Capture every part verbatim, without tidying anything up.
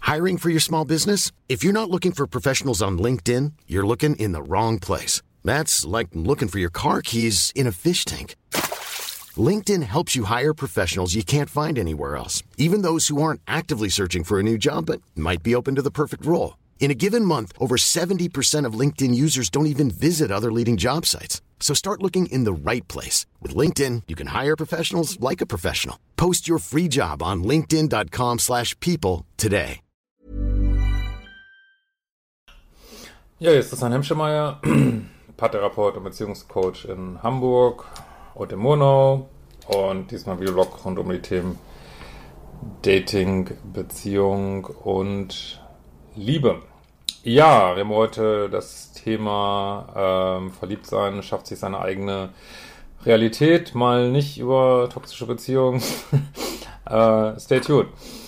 Hiring for your small business? If you're not looking for professionals on LinkedIn, you're looking in the wrong place. That's like looking for your car keys in a fish tank. LinkedIn helps you hire professionals you can't find anywhere else, even those who aren't actively searching for a new job but might be open to the perfect role. In a given month, over seventy percent of LinkedIn users don't even visit other leading job sites. So start looking in the right place. With LinkedIn, you can hire professionals like a professional. Post your free job on linkedin dot com slash people today. Ja, jetzt ist Hans Hemschemeyer, Paartherapeut und Beziehungscoach in Hamburg und in Murnau. Und diesmal Videoblog rund um die Themen Dating, Beziehung und Liebe. Ja, wir haben heute das Thema ähm, Verliebtsein, schafft sich seine eigene Realität, mal nicht über toxische Beziehungen. äh, stay tuned.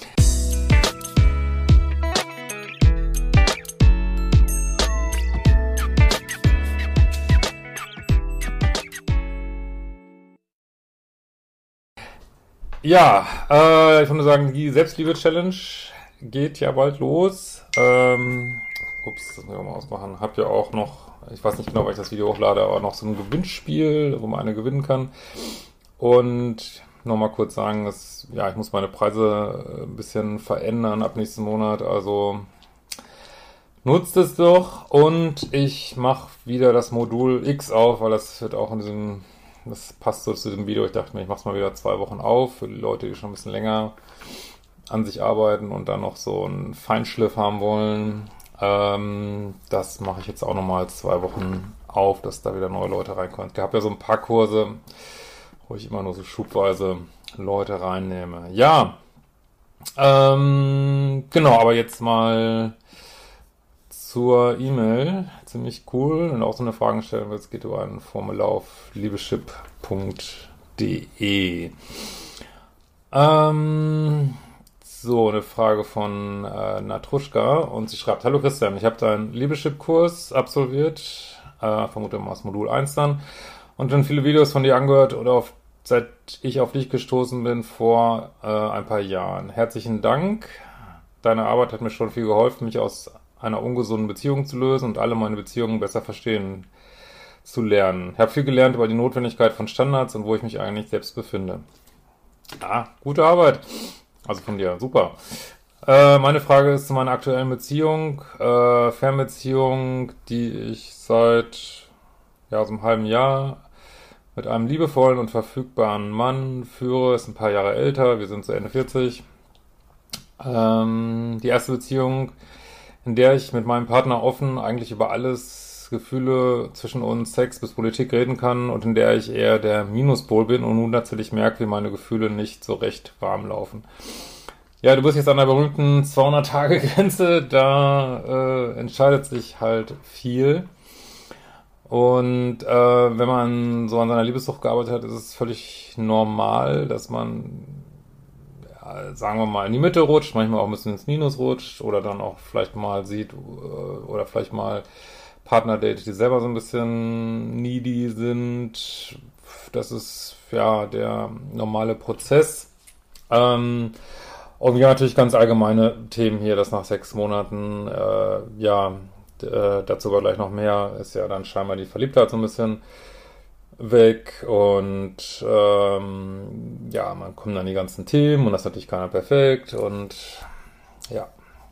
Ja, äh, ich würde sagen, die Selbstliebe-Challenge geht ja bald los. Ähm, ups, das muss ich auch mal ausmachen. Hab ja auch noch, ich weiß nicht genau, weil ich das Video hochlade, aber noch so ein Gewinnspiel, wo man eine gewinnen kann. Und nochmal kurz sagen, dass, ja, ich muss meine Preise ein bisschen verändern ab nächsten Monat. Also nutzt es doch. Und ich mache wieder das Modul X auf, weil das wird auch in diesem... Das passt so zu dem Video. Ich dachte mir, ich mache es mal wieder zwei Wochen auf für die Leute, die schon ein bisschen länger an sich arbeiten und dann noch so einen Feinschliff haben wollen. Ähm, das mache ich jetzt auch nochmal zwei Wochen auf, dass da wieder neue Leute reinkommen. Ich habe ja so ein paar Kurse, wo ich immer nur so schubweise Leute reinnehme. Ja, ähm, genau, aber jetzt mal zur E-Mail, ziemlich cool, und auch so eine Frage stellen willst, geht über ein Formular auf liebeschip punkt de. Ähm, so, eine Frage von äh, Natruschka, und sie schreibt: Hallo Christian, ich habe deinen Liebeschip-Kurs absolviert, äh, vermute mal aus Modul eins dann, und dann viele Videos von dir angehört oder auf, seit ich auf dich gestoßen bin vor äh, ein paar Jahren. Herzlichen Dank, deine Arbeit hat mir schon viel geholfen, mich aus einer ungesunden Beziehung zu lösen und alle meine Beziehungen besser verstehen zu lernen. Ich habe viel gelernt über die Notwendigkeit von Standards und wo ich mich eigentlich selbst befinde. Ah, gute Arbeit. Also von dir, super. Äh, meine Frage ist zu meiner aktuellen Beziehung, äh, Fernbeziehung, die ich seit ja, so einem halben Jahr mit einem liebevollen und verfügbaren Mann führe. Ist ein paar Jahre älter, wir sind so Ende vierzig. Ähm, die erste Beziehung, in der ich mit meinem Partner offen eigentlich über alles, Gefühle zwischen uns, Sex bis Politik reden kann, und in der ich eher der Minuspol bin und nun natürlich merke, wie meine Gefühle nicht so recht warm laufen. Ja, du bist jetzt an der berühmten zweihundert-Tage-Grenze, da äh, entscheidet sich halt viel. Und äh, wenn man so an seiner Liebessucht gearbeitet hat, ist es völlig normal, dass man, sagen wir mal, in die Mitte rutscht, manchmal auch ein bisschen ins Minus rutscht oder dann auch vielleicht mal sieht oder vielleicht mal Partner datet, die selber so ein bisschen needy sind. Das ist ja der normale Prozess. Ähm, und wir haben natürlich ganz allgemeine Themen hier, dass nach sechs Monaten, äh, ja, äh, dazu aber gleich noch mehr, ist ja dann scheinbar die Verliebtheit so ein bisschen weg, und ähm, ja, man kommt an die ganzen Themen und das ist natürlich keiner perfekt, und ja,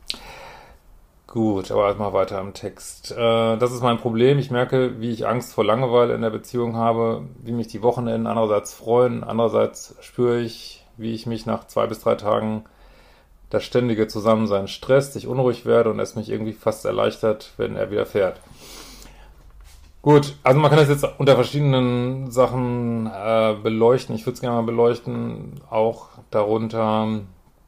gut, aber erstmal weiter im Text. Äh, das ist mein Problem. Ich merke, wie ich Angst vor Langeweile in der Beziehung habe, wie mich die Wochenenden andererseits freuen, andererseits spüre ich, wie ich mich nach zwei bis drei Tagen das ständige Zusammensein stresst, ich unruhig werde und es mich irgendwie fast erleichtert, wenn er wieder fährt. Gut, also man kann das jetzt unter verschiedenen Sachen äh, beleuchten. Ich würde es gerne mal beleuchten, auch darunter,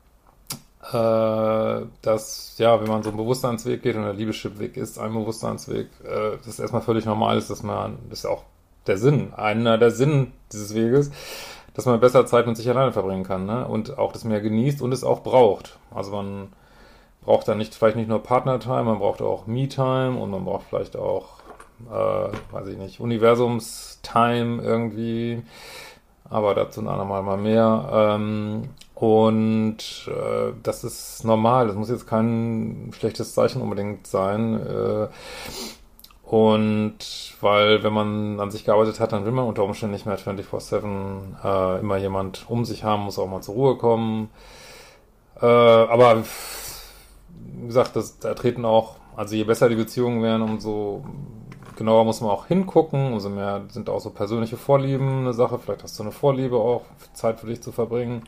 äh, dass, ja, wenn man so einen Bewusstseinsweg geht, und der Liebeschip-Weg ist ein Bewusstseinsweg, äh, das erstmal völlig normal ist, dass man, das ist auch der Sinn, einer der Sinn dieses Weges, dass man besser Zeit mit sich alleine verbringen kann, ne? Und auch das mehr genießt und es auch braucht. Also man braucht dann nicht, vielleicht nicht nur Partner-Time, man braucht auch Me-Time und man braucht vielleicht auch Äh, weiß ich nicht, Universums-Time irgendwie, aber dazu ein andermal mal mehr. Ähm, Und äh, das ist normal, das muss jetzt kein schlechtes Zeichen unbedingt sein. Äh, und weil, wenn man an sich gearbeitet hat, dann will man unter Umständen nicht mehr vierundzwanzig sieben äh, immer jemand um sich haben, muss auch mal zur Ruhe kommen. Äh, aber wie gesagt, das, da treten auch, also je besser die Beziehungen werden, umso genauer muss man auch hingucken, umso mehr sind auch so persönliche Vorlieben eine Sache. Vielleicht hast du eine Vorliebe auch, Zeit für dich zu verbringen.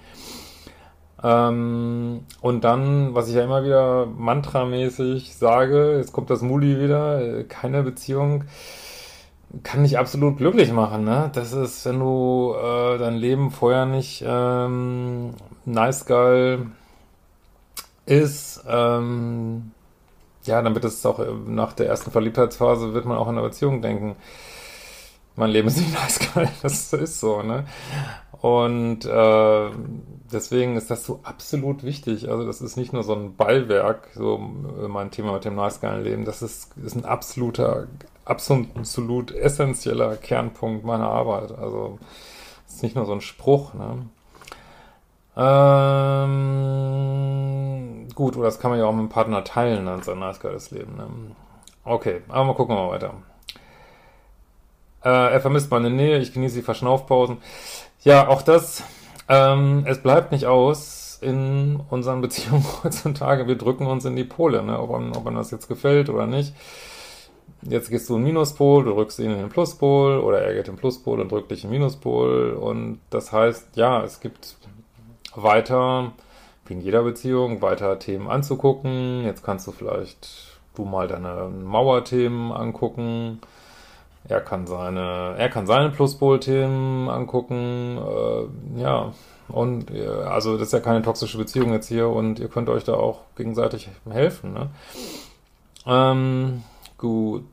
Ähm, und dann, was ich ja immer wieder mantramäßig sage, jetzt kommt das Muli wieder, äh, keine Beziehung kann dich absolut glücklich machen, ne? Das ist, wenn du äh, dein Leben vorher nicht ähm, nice geil ist, ähm, ja, dann wird es auch äh, nach der ersten Verliebtheitsphase wird man auch in einer Beziehung denken, mein Leben ist nicht nice geil, das ist so, ne? Und äh, deswegen ist das so absolut wichtig. Also das ist nicht nur so ein Beiwerk, so äh, mein Thema mit dem nice geilen Leben, das ist, ist ein absoluter, absolut essentieller Kernpunkt meiner Arbeit. Also es ist nicht nur so ein Spruch, ne? Ähm, gut, oder das kann man ja auch mit dem Partner teilen, dann sein nice geiles Leben, ne? Okay, aber mal gucken wir mal weiter. Äh, er vermisst meine Nähe, ich genieße die Verschnaufpausen. Ja, auch das, ähm, es bleibt nicht aus in unseren Beziehungen heutzutage. Wir drücken uns in die Pole, ne? Ob einem, ob einem das jetzt gefällt oder nicht. Jetzt gehst du in den Minuspol, du rückst ihn in den Pluspol oder er geht in den Pluspol und drückt dich in den Minuspol. Und das heißt, ja, es gibt weiter, wie in jeder Beziehung, weiter Themen anzugucken. Jetzt kannst du vielleicht du mal deine Mauerthemen angucken. Er kann seine, er kann seine Pluspol-Themen angucken, äh, ja, und äh, also das ist ja keine toxische Beziehung jetzt hier und ihr könnt euch da auch gegenseitig helfen, ne? Ähm, gut.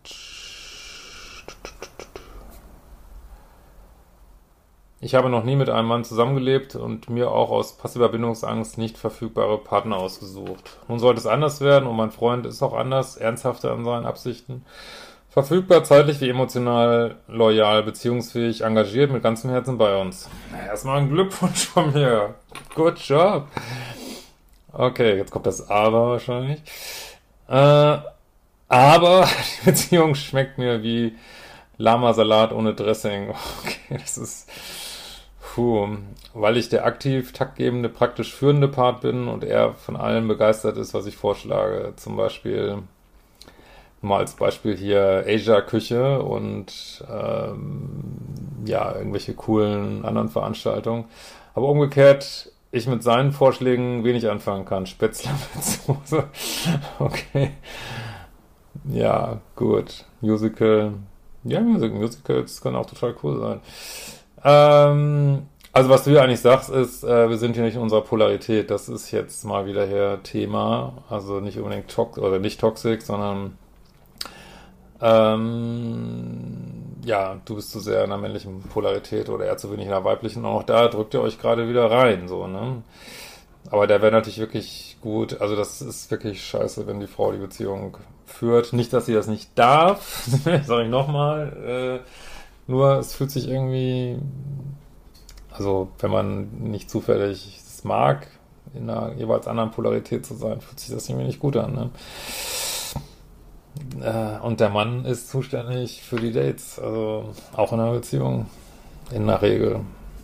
Ich habe noch nie mit einem Mann zusammengelebt und mir auch aus passiver Bindungsangst nicht verfügbare Partner ausgesucht. Nun sollte es anders werden und mein Freund ist auch anders, ernsthafter in seinen Absichten. Verfügbar, zeitlich wie emotional, loyal, beziehungsfähig, engagiert, mit ganzem Herzen bei uns. Erstmal ein Glückwunsch von mir. Good job. Okay, jetzt kommt das Aber wahrscheinlich. Äh, aber die Beziehung schmeckt mir wie Lama-Salat ohne Dressing. Okay, das ist... Puh, weil ich der aktiv taktgebende, praktisch führende Part bin und er von allem begeistert ist, was ich vorschlage. Zum Beispiel... Mal als Beispiel hier Asia-Küche und ähm, ja, irgendwelche coolen anderen Veranstaltungen. Aber umgekehrt, ich mit seinen Vorschlägen wenig anfangen kann. Spätzle mit Soße. Okay. Ja, gut. Musical. Ja, Music, Musicals können auch total cool sein. Ähm, also was du hier eigentlich sagst, ist, äh, wir sind hier nicht in unserer Polarität. Das ist jetzt mal wieder hier Thema. Also nicht unbedingt toxisch oder nicht toxisch, sondern Ähm, ja, du bist zu sehr in einer männlichen Polarität oder eher zu wenig in einer weiblichen. Auch da drückt ihr euch gerade wieder rein, so, ne? Aber der wäre natürlich wirklich gut. Also das ist wirklich scheiße, wenn die Frau die Beziehung führt. Nicht, dass sie das nicht darf, sag ich nochmal. Äh, nur es fühlt sich irgendwie, also wenn man nicht zufällig es mag, in einer jeweils anderen Polarität zu sein, fühlt sich das irgendwie nicht gut an, ne? Und der Mann ist zuständig für die Dates, also auch in einer Beziehung, in der Regel.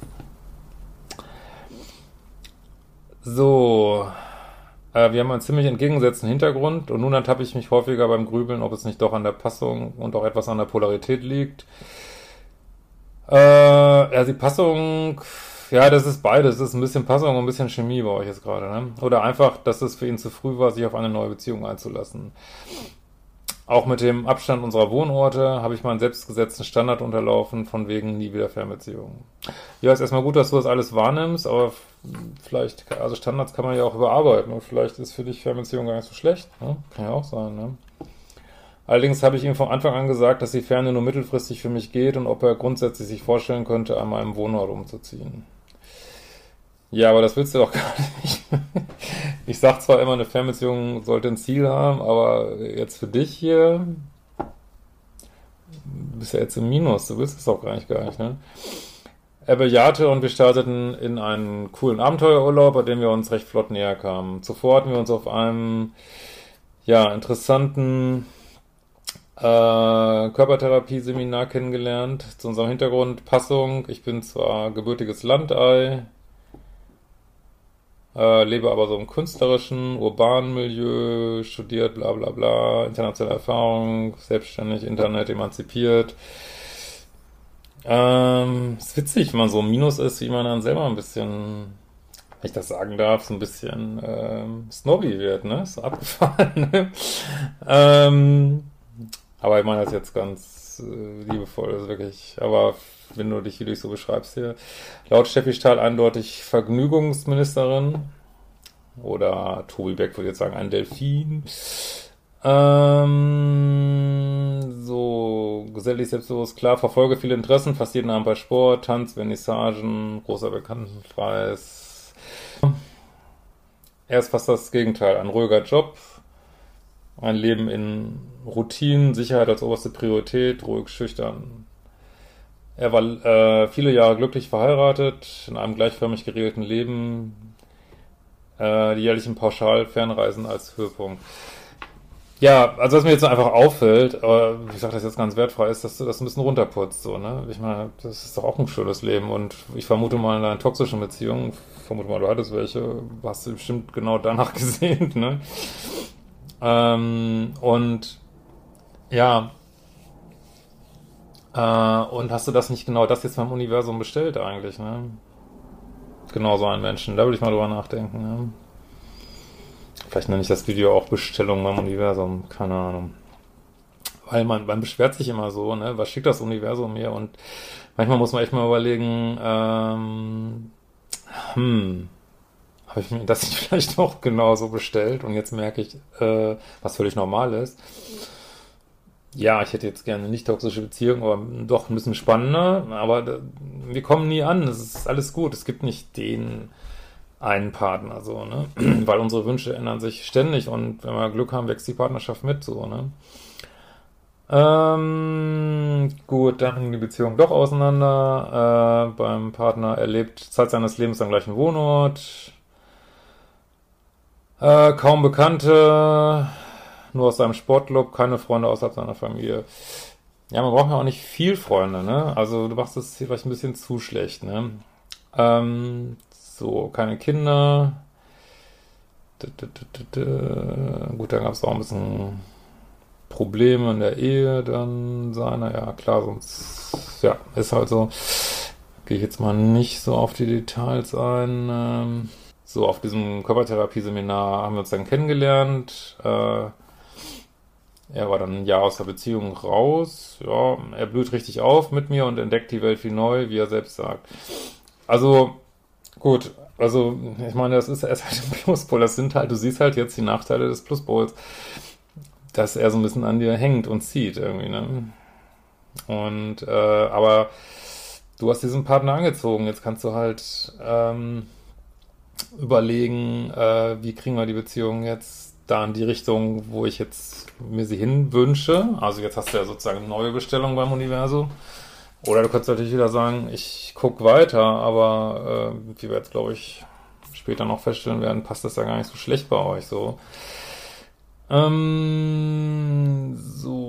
So, äh, wir haben einen ziemlich entgegengesetzten Hintergrund und nun ertappe ich mich häufiger beim Grübeln, ob es nicht doch an der Passung und auch etwas an der Polarität liegt. Äh, ja, die Passung, ja, das ist beides, das ist ein bisschen Passung und ein bisschen Chemie bei euch jetzt gerade, ne? Oder einfach, dass es für ihn zu früh war, sich auf eine neue Beziehung einzulassen. Auch mit dem Abstand unserer Wohnorte habe ich meinen selbstgesetzten Standard unterlaufen, von wegen nie wieder Fernbeziehungen. Ja, ist erstmal gut, dass du das alles wahrnimmst, aber vielleicht, also Standards kann man ja auch überarbeiten und vielleicht ist für dich Fernbeziehung gar nicht so schlecht, ne? Kann ja auch sein, ne? Allerdings habe ich ihm von Anfang an gesagt, dass die Ferne nur mittelfristig für mich geht und ob er grundsätzlich sich vorstellen könnte, an meinem Wohnort umzuziehen. Ja, aber das willst du doch gar nicht. Ich sag zwar immer, eine Fernbeziehung sollte ein Ziel haben, aber jetzt für dich hier, du bist ja jetzt im Minus, du willst es doch gar nicht, gar nicht, ne? Er bejahte und wir starteten in einen coolen Abenteuerurlaub, bei dem wir uns recht flott näher kamen. Zuvor hatten wir uns auf einem, ja, interessanten äh, Körpertherapie-Seminar kennengelernt. Zu unserem Hintergrund: Passung. Ich bin zwar gebürtiges Landei, äh, lebe aber so im künstlerischen, urbanen Milieu, studiert, bla bla bla, internationale Erfahrung, selbstständig, Internet, emanzipiert. Ähm, ist witzig, wenn man so ein Minus ist, wie man dann selber ein bisschen, wenn ich das sagen darf, so ein bisschen ähm, snobby wird, ne? Ist so abgefahren, ne? Ähm, aber ich meine das jetzt ganz äh, liebevoll, also wirklich, aber wenn du dich, wie du dich so beschreibst hier, laut Steffi Stahl eindeutig Vergnügungsministerin, oder Tobi Beck würde jetzt sagen, ein Delfin. Ähm, so, gesellig, selbstbewusst, klar, verfolge viele Interessen, fast jeden Abend bei Sport, Tanz, Vernissagen, großer Bekanntenkreis. Er ist fast das Gegenteil, ein ruhiger Job, ein Leben in Routinen, Sicherheit als oberste Priorität, ruhig, schüchtern. Er war äh, viele Jahre glücklich verheiratet, in einem gleichförmig geregelten Leben, äh, die jährlichen Pauschalfernreisen als Höhepunkt. Ja, also was mir jetzt einfach auffällt, aber ich sage das jetzt ganz wertfrei, ist, dass du das ein bisschen runterputzt, so, ne? Ich meine, das ist doch auch ein schönes Leben und ich vermute mal in einer toxischen Beziehung, ich vermute mal, du hattest welche, hast du bestimmt genau danach gesehnt, ne? Ähm, und ja, äh, und hast du das nicht genau das jetzt beim Universum bestellt eigentlich, ne? Genau so einen Menschen, da würde ich mal drüber nachdenken, ne? Vielleicht nenne ich das Video auch Bestellung beim Universum, keine Ahnung. Weil man, man beschwert sich immer so, ne, was schickt das Universum mir? Und manchmal muss man echt mal überlegen, ähm, hm, habe ich mir das nicht vielleicht auch genauso bestellt? Und jetzt merke ich, äh, was völlig normal ist. Ja, ich hätte jetzt gerne eine nicht toxische Beziehung, aber doch ein bisschen spannender. Aber da, wir kommen nie an, es ist alles gut. Es gibt nicht den einen Partner, so, ne? Weil unsere Wünsche ändern sich ständig und wenn wir Glück haben, wächst die Partnerschaft mit, so, ne? Ähm, gut, dann ging die Beziehung doch auseinander. Äh, beim Partner erlebt Zeit seines Lebens am gleichen Wohnort. Äh, kaum Bekannte, nur aus seinem Sportclub, keine Freunde außerhalb seiner Familie. Ja, man braucht ja auch nicht viel Freunde, ne? Also du machst es hier vielleicht ein bisschen zu schlecht, ne? Ähm, so, keine Kinder. D -d -d -d -d. Gut, dann gab es auch ein bisschen Probleme in der Ehe dann seiner. Ja, klar, sonst, ja, ist halt so. Gehe ich jetzt mal nicht so auf die Details ein. Ähm, so, auf diesem Körpertherapie-Seminar haben wir uns dann kennengelernt. Äh, er war dann ein Jahr aus der Beziehung raus. Ja, er blüht richtig auf mit mir und entdeckt die Welt wie neu, wie er selbst sagt. Also, gut, also ich meine, das ist, er ist halt ein Pluspol, das sind halt, du siehst halt jetzt die Nachteile des Pluspols, dass er so ein bisschen an dir hängt und zieht irgendwie, ne? Und, äh, aber du hast diesen Partner angezogen, jetzt kannst du halt ähm, überlegen, äh, wie kriegen wir die Beziehung jetzt da in die Richtung, wo ich jetzt mir sie hinwünsche. Also jetzt hast du ja sozusagen eine neue Bestellung beim Universum. Oder du kannst natürlich wieder sagen, ich gucke weiter, aber äh, wie wir jetzt, glaube ich, später noch feststellen werden, passt das ja gar nicht so schlecht bei euch so. Ähm,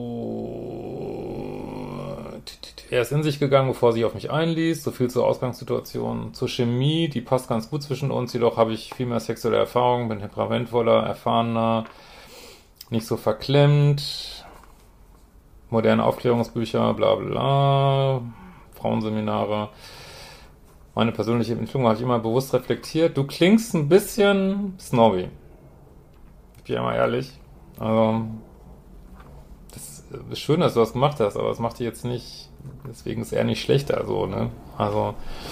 so. Er ist in sich gegangen, bevor er sich auf mich einließ. So viel zur Ausgangssituation. Zur Chemie, die passt ganz gut zwischen uns, jedoch habe ich viel mehr sexuelle Erfahrung, bin temperamentvoller, erfahrener, nicht so verklemmt. Moderne Aufklärungsbücher, bla bla, Frauenseminare. Meine persönliche Entwicklung habe ich immer bewusst reflektiert. Du klingst ein bisschen snobby. Ich bin ja mal ehrlich. Also, das ist schön, dass du das gemacht hast, aber es macht dich jetzt nicht, deswegen ist er nicht schlechter, so, ne? Also,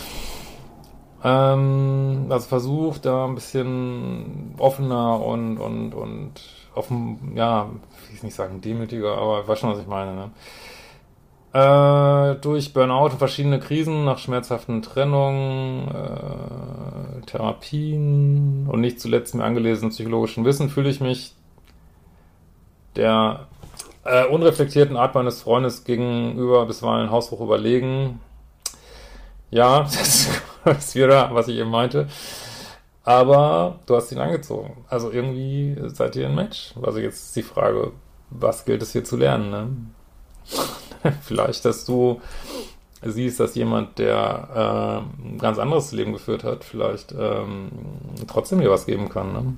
ähm, also versuch da ein bisschen offener und, und, und offen, ja, ich will nicht sagen demütiger, aber ich weiß schon, was ich meine, ne? Äh, durch Burnout und verschiedene Krisen nach schmerzhaften Trennungen, äh, Therapien und nicht zuletzt mir angelesenen psychologischen Wissen fühle ich mich der äh, unreflektierten Art meines Freundes gegenüber bisweilen haushoch überlegen. Ja, das ist wieder, was ich eben meinte. Aber du hast ihn angezogen. Also irgendwie seid ihr ein Match. Also jetzt ist die Frage, was gilt es hier zu lernen, ne? Vielleicht, dass du siehst, dass jemand, der äh, ein ganz anderes Leben geführt hat, vielleicht ähm, trotzdem dir was geben kann, ne?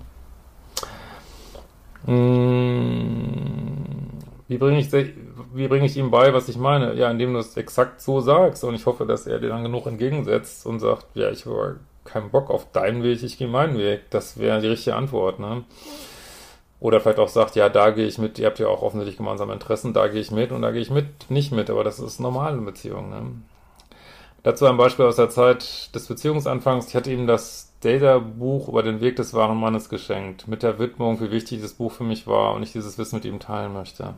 Wie bringe ich, wie bringe ich ihm bei, was ich meine? Ja, indem du es exakt so sagst, und ich hoffe, dass er dir dann genug entgegensetzt und sagt, ja, ich habe keinen Bock auf deinen Weg, ich gehe meinen Weg. Das wäre die richtige Antwort, ne? Oder vielleicht auch sagt, ja, da gehe ich mit, ihr habt ja auch offensichtlich gemeinsame Interessen, da gehe ich mit und da gehe ich mit, nicht mit, aber das ist normal in Beziehungen, ne? Dazu ein Beispiel aus der Zeit des Beziehungsanfangs. Ich hatte ihm das Data-Buch über den Weg des wahren Mannes geschenkt, mit der Widmung, wie wichtig das Buch für mich war und ich dieses Wissen mit ihm teilen möchte.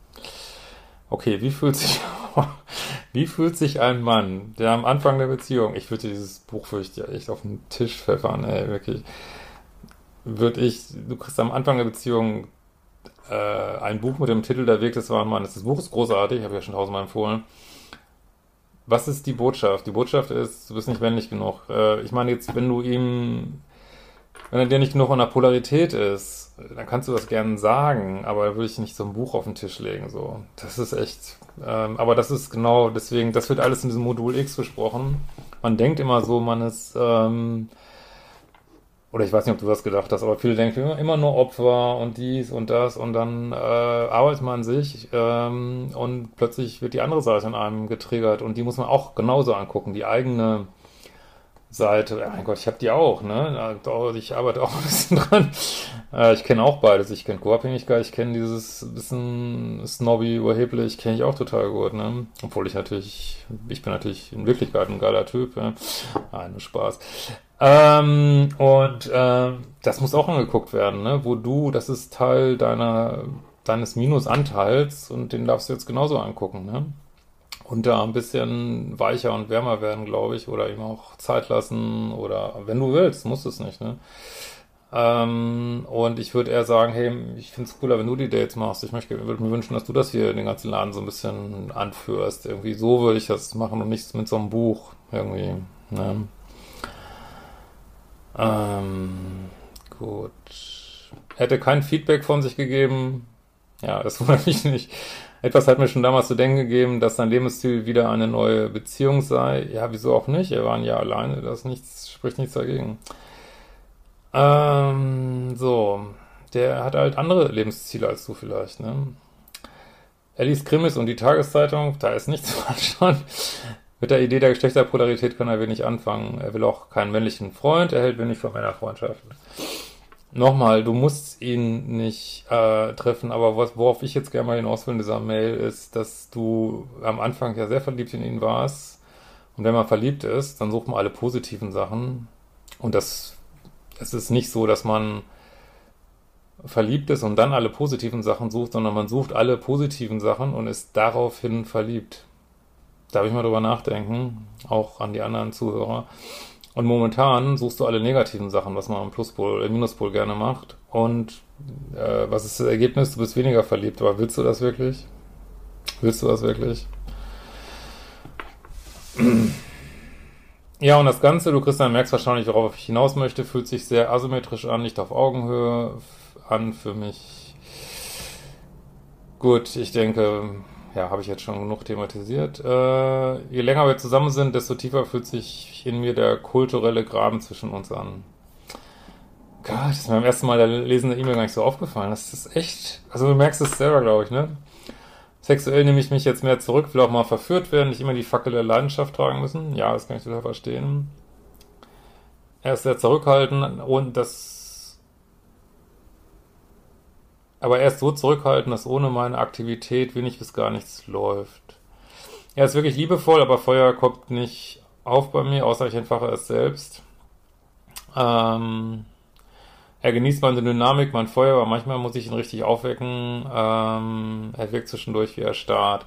Okay, wie fühlt sich, wie fühlt sich ein Mann, der am Anfang der Beziehung, ich würde dieses Buch fürchte echt auf den Tisch pfeffern, ey, wirklich, würde ich, du kriegst am Anfang der Beziehung äh, ein Buch mit dem Titel Der Weg des wahren Mannes. Das Buch ist großartig, habe ich ja schon tausendmal empfohlen. Was ist die Botschaft? Die Botschaft ist, du bist nicht männlich genug. Äh, ich meine jetzt, wenn du ihm, wenn er dir nicht genug an der Polarität ist, dann kannst du das gerne sagen, aber da würde ich nicht so ein Buch auf den Tisch legen, so. Das ist echt, ähm, aber das ist genau, deswegen, das wird alles in diesem Modul X besprochen. Man denkt immer so, man ist, ähm, oder ich weiß nicht, ob du das gedacht hast, aber viele denken immer, immer nur Opfer und dies und das und dann äh, arbeitet man sich ähm, und plötzlich wird die andere Seite in einem getriggert und die muss man auch genauso angucken, die eigene Seite. Ja, mein Gott, ich habe die auch, ne? Ich arbeite auch ein bisschen dran. Äh, ich kenne auch beides. Ich kenne Co-Abhängigkeit, ich kenne dieses bisschen snobby, überheblich, kenne ich auch total gut, ne? Obwohl ich natürlich, ich bin natürlich in Wirklichkeit ein geiler Typ, ja. Nein, nur Spaß. Ähm, und äh, das muss auch angeguckt werden, ne? Wo du, das ist Teil deiner, deines Minusanteils und den darfst du jetzt genauso angucken, ne? Und da ein bisschen weicher und wärmer werden, glaube ich, oder ihm auch Zeit lassen oder wenn du willst, musst du es nicht, ne? Ähm, und ich würde eher sagen, hey, ich finde es cooler, wenn du die Dates machst. Ich möchte, würde mir wünschen, dass du das hier den ganzen Laden so ein bisschen anführst. Irgendwie so würde ich das machen und nichts mit so einem Buch irgendwie, ne? Ähm, gut. Er hätte kein Feedback von sich gegeben. Ja, das wundert mich nicht. Etwas hat mir schon damals zu denken gegeben, dass sein Lebensziel wieder eine neue Beziehung sei. Ja, wieso auch nicht? Er war ein Jahr alleine, das nichts, spricht nichts dagegen. Ähm, so. Der hat halt andere Lebensziele als du vielleicht, ne? Er liest Krimis und die Tageszeitung, da ist nichts falsch dran. Mit der Idee der Geschlechterpolarität kann er wenig anfangen. Er will auch keinen männlichen Freund, er hält wenig von Männerfreundschaften. Nochmal, du musst ihn nicht äh, treffen, aber was, worauf ich jetzt gerne mal hinaus will in dieser Mail ist, dass du am Anfang ja sehr verliebt in ihn warst. Und wenn man verliebt ist, dann sucht man alle positiven Sachen. Und das, es ist nicht so, dass man verliebt ist und dann alle positiven Sachen sucht, sondern man sucht alle positiven Sachen und ist daraufhin verliebt. Darf ich mal drüber nachdenken, auch an die anderen Zuhörer. Und momentan suchst du alle negativen Sachen, was man am Pluspol, im Minuspol gerne macht. Und äh, was ist das Ergebnis? Du bist weniger verliebt. Aber willst du das wirklich? Willst du das wirklich? Ja, und das Ganze, du Christian merkst wahrscheinlich, worauf ich hinaus möchte, fühlt sich sehr asymmetrisch an, nicht auf Augenhöhe an für mich. Gut, ich denke, ja, habe ich jetzt schon genug thematisiert. Äh, je länger wir zusammen sind, desto tiefer fühlt sich in mir der kulturelle Graben zwischen uns an. Gott, das ist mir beim ersten Mal der Lesen der E-Mail gar nicht so aufgefallen. Das ist echt, also du merkst es selber, glaube ich, ne? Sexuell nehme ich mich jetzt mehr zurück, will auch mal verführt werden, nicht immer die Fackel der Leidenschaft tragen müssen. Ja, das kann ich total verstehen. Er ist sehr zurückhaltend und das aber er ist so zurückhaltend, dass ohne meine Aktivität wenig bis gar nichts läuft. Er ist wirklich liebevoll, aber Feuer kommt nicht auf bei mir, außer ich entfache es selbst. Ähm, er genießt meine Dynamik, mein Feuer, aber manchmal muss ich ihn richtig aufwecken. Ähm, er wirkt zwischendurch wie erstarrt.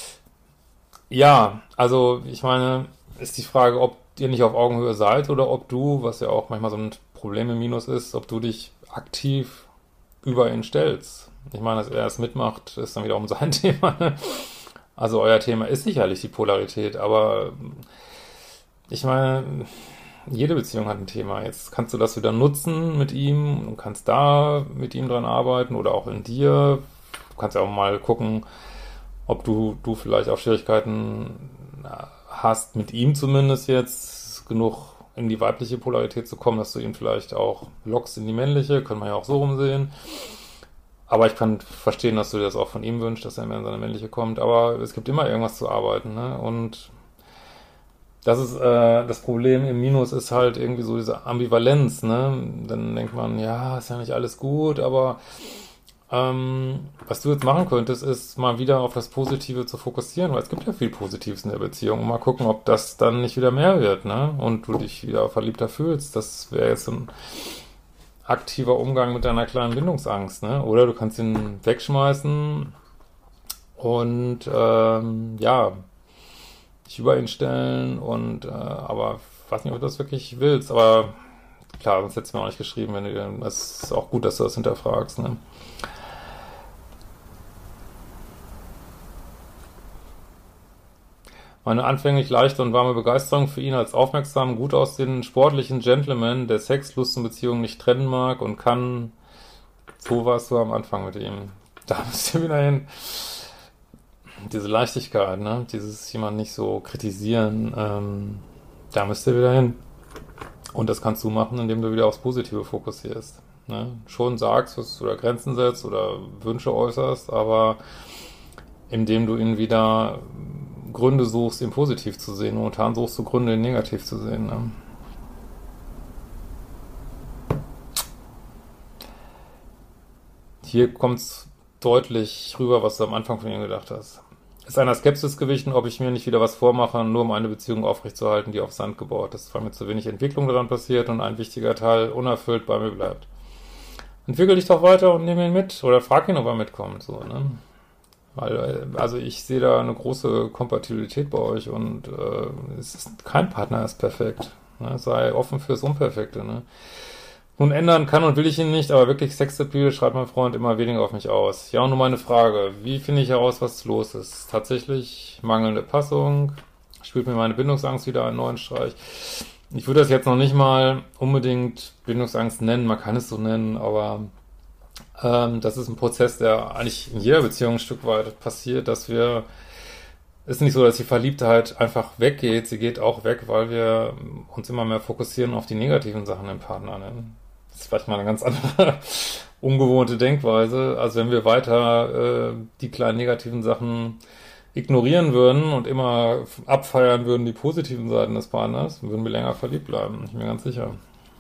Ja, also ich meine, ist die Frage, ob ihr nicht auf Augenhöhe seid oder ob du, was ja auch manchmal so ein Problem im Minus ist, ob du dich aktiv über ihn stellst. Ich meine, dass er es mitmacht, ist dann wiederum sein Thema. Also euer Thema ist sicherlich die Polarität, aber ich meine, jede Beziehung hat ein Thema. Jetzt kannst du das wieder nutzen mit ihm und kannst da mit ihm dran arbeiten oder auch in dir. Du kannst ja auch mal gucken, ob du, du vielleicht auch Schwierigkeiten hast, mit ihm zumindest jetzt genug in die weibliche Polarität zu kommen, dass du ihn vielleicht auch lockst in die männliche, können wir ja auch so rumsehen. Aber ich kann verstehen, dass du dir das auch von ihm wünschst, dass er mehr in seine männliche kommt. Aber es gibt immer irgendwas zu arbeiten, ne? Und das ist, äh, das Problem im Minus ist halt irgendwie so diese Ambivalenz, ne? Dann denkt man, ja, ist ja nicht alles gut, aber ähm, was du jetzt machen könntest, ist mal wieder auf das Positive zu fokussieren, weil es gibt ja viel Positives in der Beziehung und mal gucken, ob das dann nicht wieder mehr wird, ne? Und du dich wieder verliebter fühlst. Das wäre jetzt ein aktiver Umgang mit deiner kleinen Bindungsangst, ne? Oder du kannst ihn wegschmeißen und ähm, ja, dich über ihn stellen und äh, aber ich weiß nicht, ob du das wirklich willst, aber klar, sonst hättest du mir auch nicht geschrieben, wenn du es ist auch gut, dass du das hinterfragst, ne? Meine anfänglich leichte und warme Begeisterung für ihn als aufmerksamen, gut aussehenden, sportlichen Gentleman, der Sex, Lust und Beziehungen nicht trennen mag und kann, so warst du am Anfang mit ihm. Da bist du wieder hin. Diese Leichtigkeit, ne? Dieses jemand nicht so kritisieren, ähm, da müsst ihr wieder hin. Und das kannst du machen, indem du wieder aufs Positive fokussierst. Ne? Schon sagst, was oder Grenzen setzt oder Wünsche äußerst, aber indem du ihn wieder Gründe suchst, ihn positiv zu sehen. Momentan suchst du Gründe, ihn negativ zu sehen. Ne? Hier kommt es deutlich rüber, was du am Anfang von ihm gedacht hast. Ist einer Skepsis gewichen, ob ich mir nicht wieder was vormache, nur um eine Beziehung aufrechtzuerhalten, die auf Sand gebaut ist, weil mir zu wenig Entwicklung daran passiert und ein wichtiger Teil unerfüllt bei mir bleibt. Entwickel dich doch weiter und nimm ihn mit oder frag ihn, ob er mitkommt. So, ne? Weil, also ich sehe da eine große Kompatibilität bei euch und äh, es ist kein Partner ist perfekt. Ne? Sei offen fürs Unperfekte. Ne? Nun ändern kann und will ich ihn nicht, aber wirklich Sexappeal schreibt mein Freund immer weniger auf mich aus. Ja, und nur meine Frage, wie finde ich heraus, was los ist? Tatsächlich mangelnde Passung, spielt mir meine Bindungsangst wieder einen neuen Streich. Ich würde das jetzt noch nicht mal unbedingt Bindungsangst nennen, man kann es so nennen, aber ähm, das ist ein Prozess, der eigentlich in jeder Beziehung ein Stück weit passiert, dass wir, ist nicht so, dass die Verliebtheit einfach weggeht, sie geht auch weg, weil wir uns immer mehr fokussieren auf die negativen Sachen im Partner. Ne? Das ist vielleicht mal eine ganz andere, ungewohnte Denkweise. Also wenn wir weiter äh, die kleinen negativen Sachen ignorieren würden und immer abfeiern würden die positiven Seiten des Partners, würden wir länger verliebt bleiben, ich bin mir ganz sicher.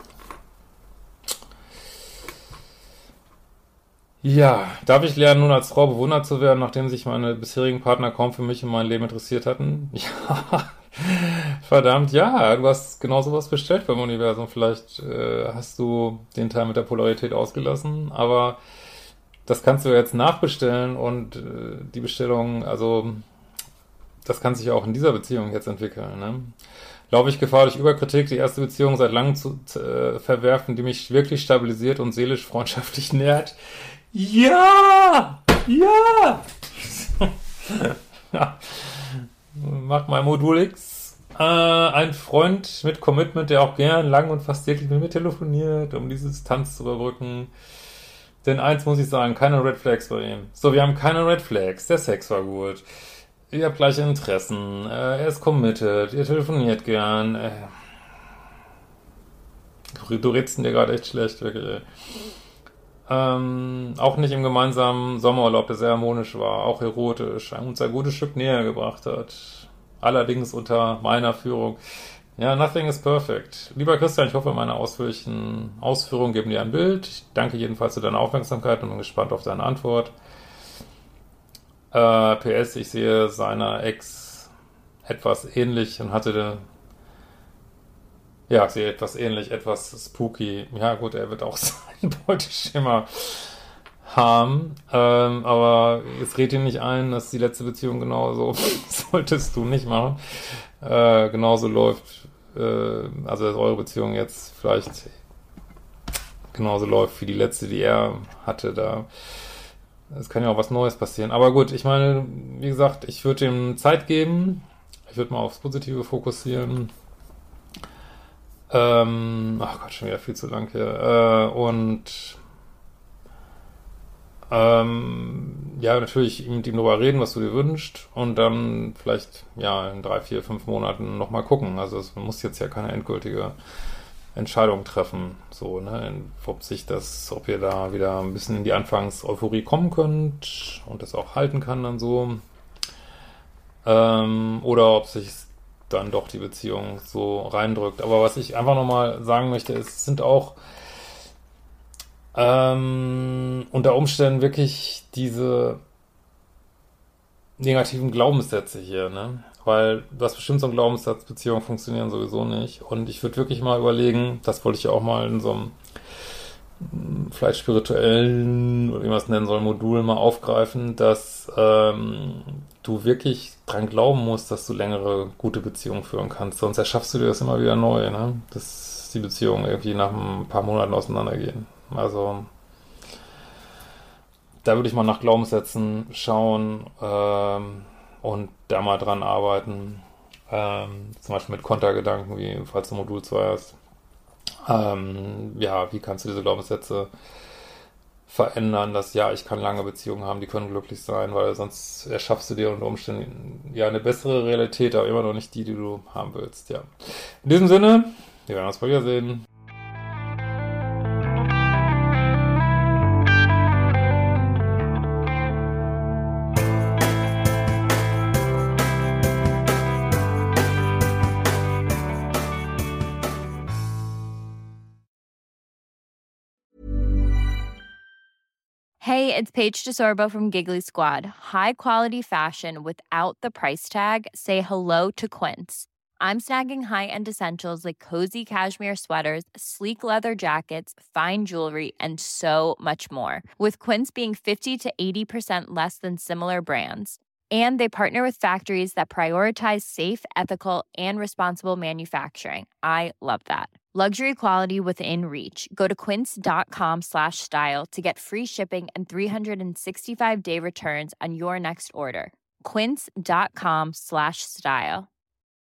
Ja, darf ich lernen, nun als Frau bewundert zu werden, nachdem sich meine bisherigen Partner kaum für mich und mein Leben interessiert hatten? Ja, verdammt, ja, du hast genau sowas bestellt beim Universum. Vielleicht äh, hast du den Teil mit der Polarität ausgelassen, aber das kannst du jetzt nachbestellen und äh, die Bestellung, also das kann sich ja auch in dieser Beziehung jetzt entwickeln, ne? Laufe ich Gefahr, durch Überkritik die erste Beziehung seit langem zu äh, verwerfen, die mich wirklich stabilisiert und seelisch freundschaftlich nährt? Ja! Ja! Ja. Mach mal Modul X. Äh, ein Freund mit Commitment, der auch gern lang und fast täglich mit mir telefoniert, um diese Distanz zu überbrücken. Denn eins muss ich sagen, keine Red Flags bei ihm. So, wir haben keine Red Flags. Der Sex war gut. Ihr habt gleiche Interessen. Äh, er ist committed. Ihr telefoniert gern. Äh, du, du redest dir gerade echt schlecht, wirklich. Ähm, auch nicht im gemeinsamen Sommerurlaub, der sehr harmonisch war, auch erotisch, uns ein gutes Stück näher gebracht hat. Allerdings unter meiner Führung. Ja, nothing is perfect. Lieber Christian, ich hoffe, meine ausführlichen Ausführungen geben dir ein Bild. Ich danke jedenfalls für deine Aufmerksamkeit und bin gespannt auf deine Antwort. Äh, P S, ich sehe seiner Ex etwas ähnlich und hatte, ja, ich sehe etwas ähnlich, etwas spooky. Ja gut, er wird auch sein Beuteschema haben, ähm, aber jetzt red ihn nicht ein, dass die letzte Beziehung genauso solltest du nicht machen. Äh, genauso läuft, äh, also dass eure Beziehung jetzt vielleicht genauso läuft wie die letzte, die er hatte da. Es kann ja auch was Neues passieren. Aber gut, ich meine, wie gesagt, ich würde ihm Zeit geben. Ich würde mal aufs Positive fokussieren. Ähm, ach Gott, schon wieder viel zu lang hier. Äh, und ähm, ja, natürlich mit ihm darüber reden, was du dir wünschst und dann vielleicht, ja, in drei, vier, fünf Monaten nochmal gucken. Also es muss jetzt ja keine endgültige Entscheidung treffen, so, ne, ob sich das, ob ihr da wieder ein bisschen in die Anfangs-Euphorie kommen könnt und das auch halten kann dann so, ähm, oder ob sich dann doch die Beziehung so reindrückt. Aber was ich einfach nochmal sagen möchte, ist, es sind auch ähm, unter Umständen wirklich diese negativen Glaubenssätze hier, ne? Weil du hast bestimmt so einen Glaubenssatz, Beziehungen funktionieren sowieso nicht. Und ich würde wirklich mal überlegen, das wollte ich ja auch mal in so einem mh, vielleicht spirituellen, oder wie man es nennen soll, Modul mal aufgreifen, dass ähm, du wirklich dran glauben musst, dass du längere gute Beziehungen führen kannst. Sonst erschaffst du dir das immer wieder neu, ne? Dass die Beziehungen irgendwie nach ein paar Monaten auseinandergehen. Also da würde ich mal nach Glaubenssätzen schauen ähm, und da mal dran arbeiten. Ähm, zum Beispiel mit Kontergedanken, wie falls du Modul zwei hast. Ähm, ja, wie kannst du diese Glaubenssätze verändern, dass ja, ich kann lange Beziehungen haben, die können glücklich sein, weil sonst erschaffst du dir unter Umständen ja eine bessere Realität, aber immer noch nicht die, die du haben willst. Ja. In diesem Sinne, wir werden uns bald wiedersehen. Hey, it's Paige DeSorbo from Giggly Squad. High quality fashion without the price tag. Say hello to Quince. I'm snagging high-end essentials like cozy cashmere sweaters, sleek leather jackets, fine jewelry, and so much more. With Quince being fifty to eighty percent less than similar brands. And they partner with factories that prioritize safe, ethical, and responsible manufacturing. I love that. Luxury quality within reach. Go to quince.com slash style to get free shipping and three sixty-five day returns on your next order. Quince.com slash style.